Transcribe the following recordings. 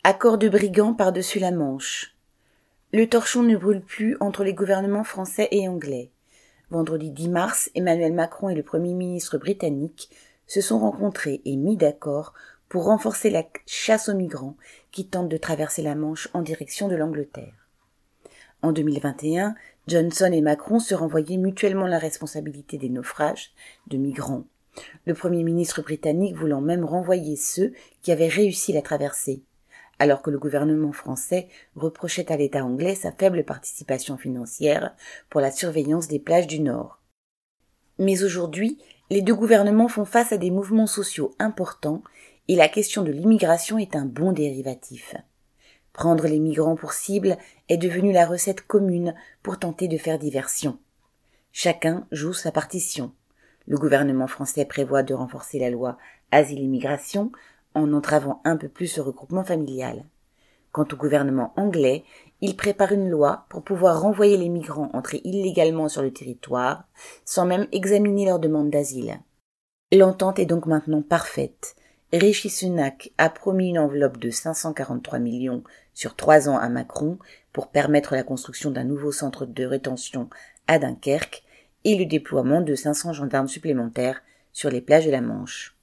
Accord de brigands par-dessus la Manche. Le torchon ne brûle plus entre les gouvernements français et anglais. Vendredi 10 mars, Emmanuel Macron et le Premier ministre britannique se sont rencontrés et mis d'accord pour renforcer la chasse aux migrants qui tentent de traverser la Manche en direction de l'Angleterre. En 2021, Johnson et Macron se renvoyaient mutuellement la responsabilité des naufrages de migrants, le Premier ministre britannique voulant même renvoyer ceux qui avaient réussi la traversée, alors que le gouvernement français reprochait à l'État anglais sa faible participation financière pour la surveillance des plages du Nord. Mais aujourd'hui, les deux gouvernements font face à des mouvements sociaux importants et la question de l'immigration est un bon dérivatif. Prendre les migrants pour cible est devenu la recette commune pour tenter de faire diversion. Chacun joue sa partition. Le gouvernement français prévoit de renforcer la loi Asile-Immigration en entravant un peu plus le regroupement familial. Quant au gouvernement anglais, il prépare une loi pour pouvoir renvoyer les migrants entrés illégalement sur le territoire sans même examiner leur demande d'asile. L'entente est donc maintenant parfaite. Rishi Sunak a promis une enveloppe de 543 millions sur 3 ans à Macron pour permettre la construction d'un nouveau centre de rétention à Dunkerque et le déploiement de 500 gendarmes supplémentaires sur les plages de la Manche.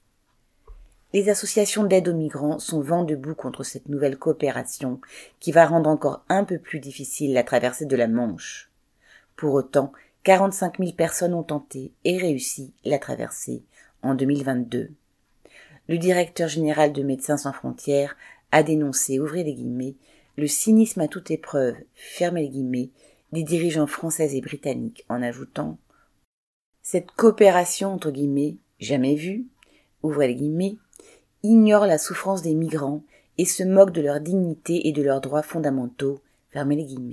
Les associations d'aide aux migrants sont vent debout contre cette nouvelle coopération qui va rendre encore un peu plus difficile la traversée de la Manche. Pour autant, 45 000 personnes ont tenté et réussi la traversée en 2022. Le directeur général de Médecins sans frontières a dénoncé, ouvrez les guillemets, le cynisme à toute épreuve, fermez les guillemets, des dirigeants français et britanniques en ajoutant « Cette coopération, entre guillemets, jamais vue, ouvrez les guillemets, ignore la souffrance des migrants et se moque de leur dignité et de leurs droits fondamentaux, fermez les guillemets. »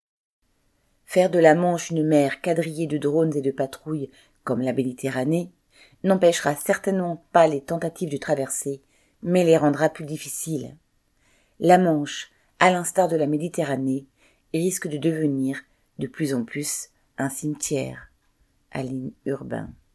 Faire de la Manche une mer quadrillée de drones et de patrouilles comme la Méditerranée n'empêchera certainement pas les tentatives de traversée, mais les rendra plus difficiles. La Manche, à l'instar de la Méditerranée, risque de devenir de plus en plus un cimetière. Aline Urbain.